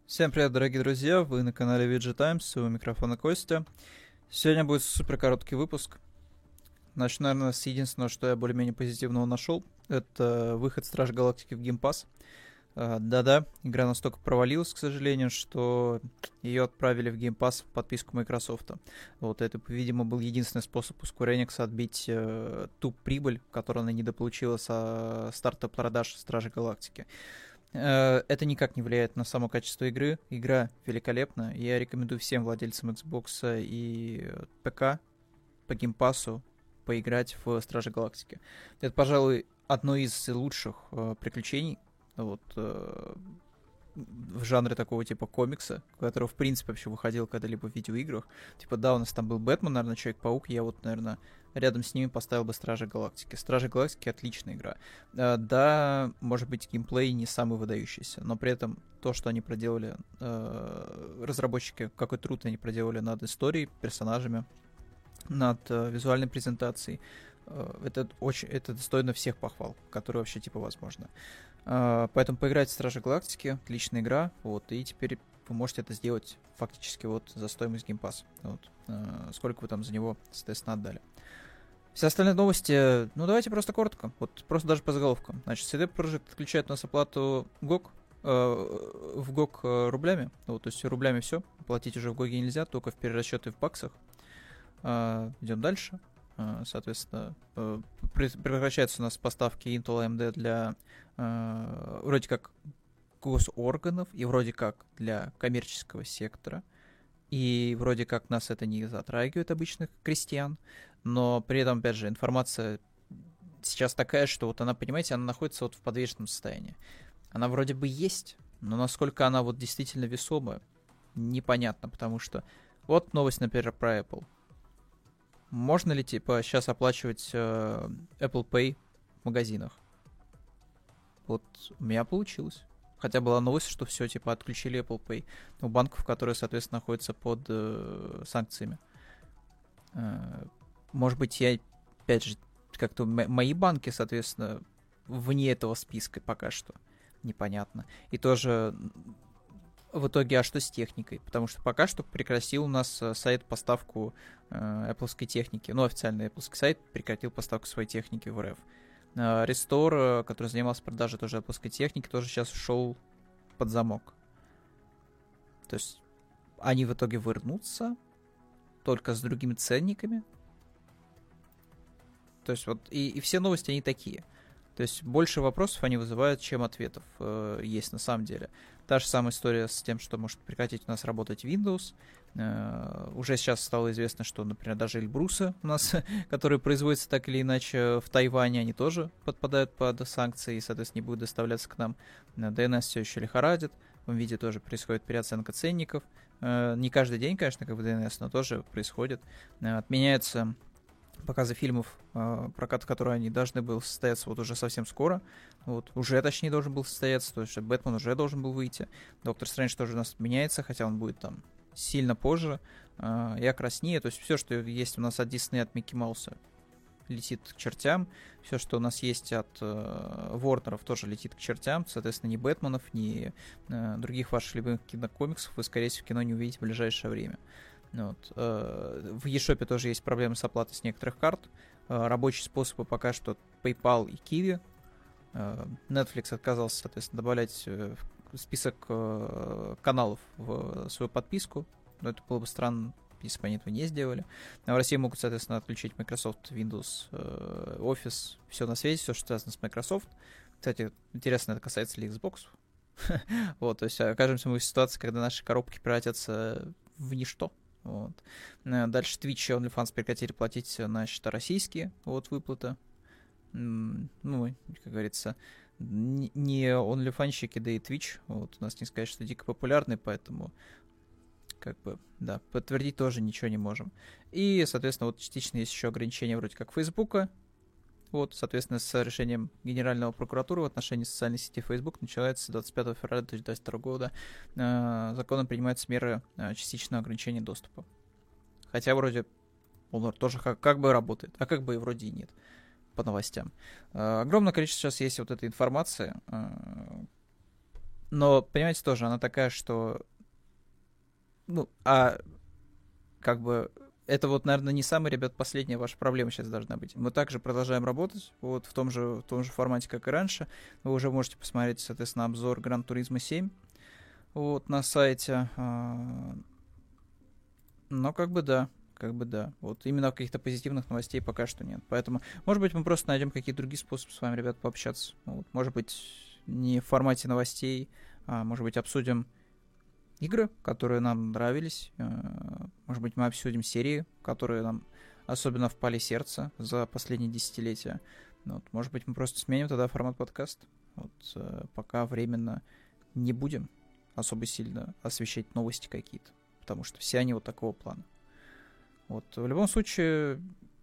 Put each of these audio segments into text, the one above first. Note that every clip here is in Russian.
Всем привет, дорогие друзья, вы на канале VG Times, у микрофона Костя. Сегодня будет супер короткий выпуск. Начну, наверное, с единственного, что я более-менее позитивного нашел. Это выход Стражи Галактики в Game Pass. Да-да, игра настолько провалилась, к сожалению, что ее отправили в Game Pass в подписку Microsoft. Вот это, видимо, был единственный способ у Square Enix отбить ту прибыль, которую она недополучила со старта продаж Стражи Галактики. Это никак не влияет на само качество игры. Игра великолепна. Я рекомендую всем владельцам Xbox и ПК по геймпасу поиграть в Стражи Галактики. Это, пожалуй, одно из лучших приключений вот, в жанре такого типа комикса, который, в принципе, вообще выходил когда-либо в видеоиграх. Типа, да, у нас там был Бэтмен, наверное, Человек-паук, я вот, наверное, рядом с ними поставил бы Стражи Галактики. Стражи Галактики — отличная игра. Да, может быть, геймплей не самый выдающийся, но при этом то, что они проделали, разработчики, какой труд они проделали над историей, персонажами, над визуальной презентацией, это достойно всех похвал, которые вообще типа возможны. Поэтому поиграйте в Стражи Галактики, отличная игра, вот, и теперь вы можете это сделать фактически вот за стоимость Game Pass. Вот, сколько вы там за него, соответственно, отдали. Все остальные новости, ну давайте просто коротко, вот просто даже по заголовкам. Значит, CD Projekt отключает у нас оплату GOG, в GOG рублями, вот, то есть рублями все, платить уже в GOG нельзя, только в перерасчеты в баксах. Идем дальше. Соответственно, прекращаются у нас поставки Intel AMD для вроде как госорганов и вроде как для коммерческого сектора. И вроде как нас это не затрагивает обычных крестьян. Но при этом, опять же, информация сейчас такая, что вот она, понимаете, она находится вот в подвешенном состоянии. Она вроде бы есть, но насколько она вот действительно весомая, непонятно, потому что вот новость, например, про Apple. Можно ли, типа, сейчас оплачивать Apple Pay в магазинах? Вот у меня получилось. Хотя была новость, что все, типа, отключили Apple Pay у банков, которые, соответственно, находятся под санкциями. Может быть, я, опять же, как-то мои банки, соответственно, вне этого списка пока что. Непонятно. И тоже в итоге, а что с техникой? Потому что пока что прекратил у нас сайт поставку Apple-ской техники. Ну, официальный Apple-ский сайт прекратил поставку своей техники в РФ. Restore, который занимался продажей тоже Apple-ской техники, тоже сейчас ушел под замок. То есть они в итоге вернутся только с другими ценниками. То есть вот и все новости, они такие. То есть больше вопросов они вызывают, чем ответов есть на самом деле. Та же самая история с тем, что может прекратить у нас работать Windows. Уже сейчас стало известно, что, например, даже Эльбрусы у нас, которые производятся так или иначе в Тайване, они тоже подпадают под санкции и, соответственно, не будут доставляться к нам. DNS все еще лихорадит. В виде тоже происходит переоценка ценников. Не каждый день, конечно, как в DNS, но тоже происходит. Отменяются показы фильмов, прокат которых они должны были состояться вот уже совсем скоро. Вот, уже, точнее, должен был состояться, то есть Бэтмен уже должен был выйти. Доктор Стрэндж тоже у нас меняется, хотя он будет там сильно позже. Я краснее, то есть все, что есть у нас от Диснея, от Микки Мауса, летит к чертям. Все, что у нас есть от Ворнеров, тоже летит к чертям. Соответственно, ни Бэтменов, ни других ваших любимых кинокомиксов вы, скорее всего, в кино не увидите в ближайшее время. Вот. В eShop тоже есть проблемы с оплатой с некоторых карт. Рабочие способы пока что PayPal и Kiwi. Netflix отказался, соответственно, добавлять в список каналов в свою подписку. Но это было бы странно, если бы они этого не сделали. А в России могут, соответственно, отключить Microsoft, Windows, Office, все на свете, все, что связано с Microsoft. Кстати, интересно, это касается ли Xbox. Вот, то есть окажемся мы в ситуации, когда наши коробки превратятся в ничто. Вот. Дальше Twitch и OnlyFans прекратили платить на счета российские, вот, выплата. Ну, как говорится, не OnlyFans-щики, да и Twitch, вот, у нас не сказать, что дико популярный, поэтому, как бы, да, подтвердить тоже ничего не можем. И, соответственно, вот частично есть еще ограничения вроде как Фейсбука. Вот, соответственно, с решением Генерального прокуратуры в отношении социальной сети Facebook начинается с 25 февраля 2022 года. Законом принимаются меры частичного ограничения доступа. Хотя вроде он тоже как бы работает, а как бы и вроде и нет по новостям. Огромное количество сейчас есть вот этой информации. Но, понимаете, тоже она такая, что... Ну, как бы... Это вот, наверное, не самая, ребят, последняя ваша проблема сейчас должна быть. Мы также продолжаем работать вот в том же формате, как и раньше. Вы уже можете посмотреть, соответственно, обзор Gran Turismo 7 вот на сайте. Но как бы да. Вот именно каких-то позитивных новостей пока что нет. Поэтому, может быть, мы просто найдем какие-то другие способы с вами, ребят, пообщаться. Вот. Может быть, не в формате новостей, а может быть, обсудим игры, которые нам нравились. Может быть, мы обсудим серии, которые нам особенно впали в сердце за последние десятилетия. Вот. Может быть, мы просто сменим тогда формат подкаста. Вот. Пока временно не будем особо сильно освещать новости какие-то, потому что все они вот такого плана. Вот. В любом случае,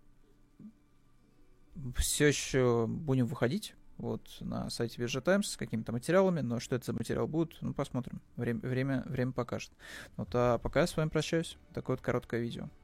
все еще будем выходить вот на сайте VG Times с какими-то материалами, но что это за материал будет, ну, посмотрим. Время покажет. Вот, а пока я с вами прощаюсь. Такое вот короткое видео.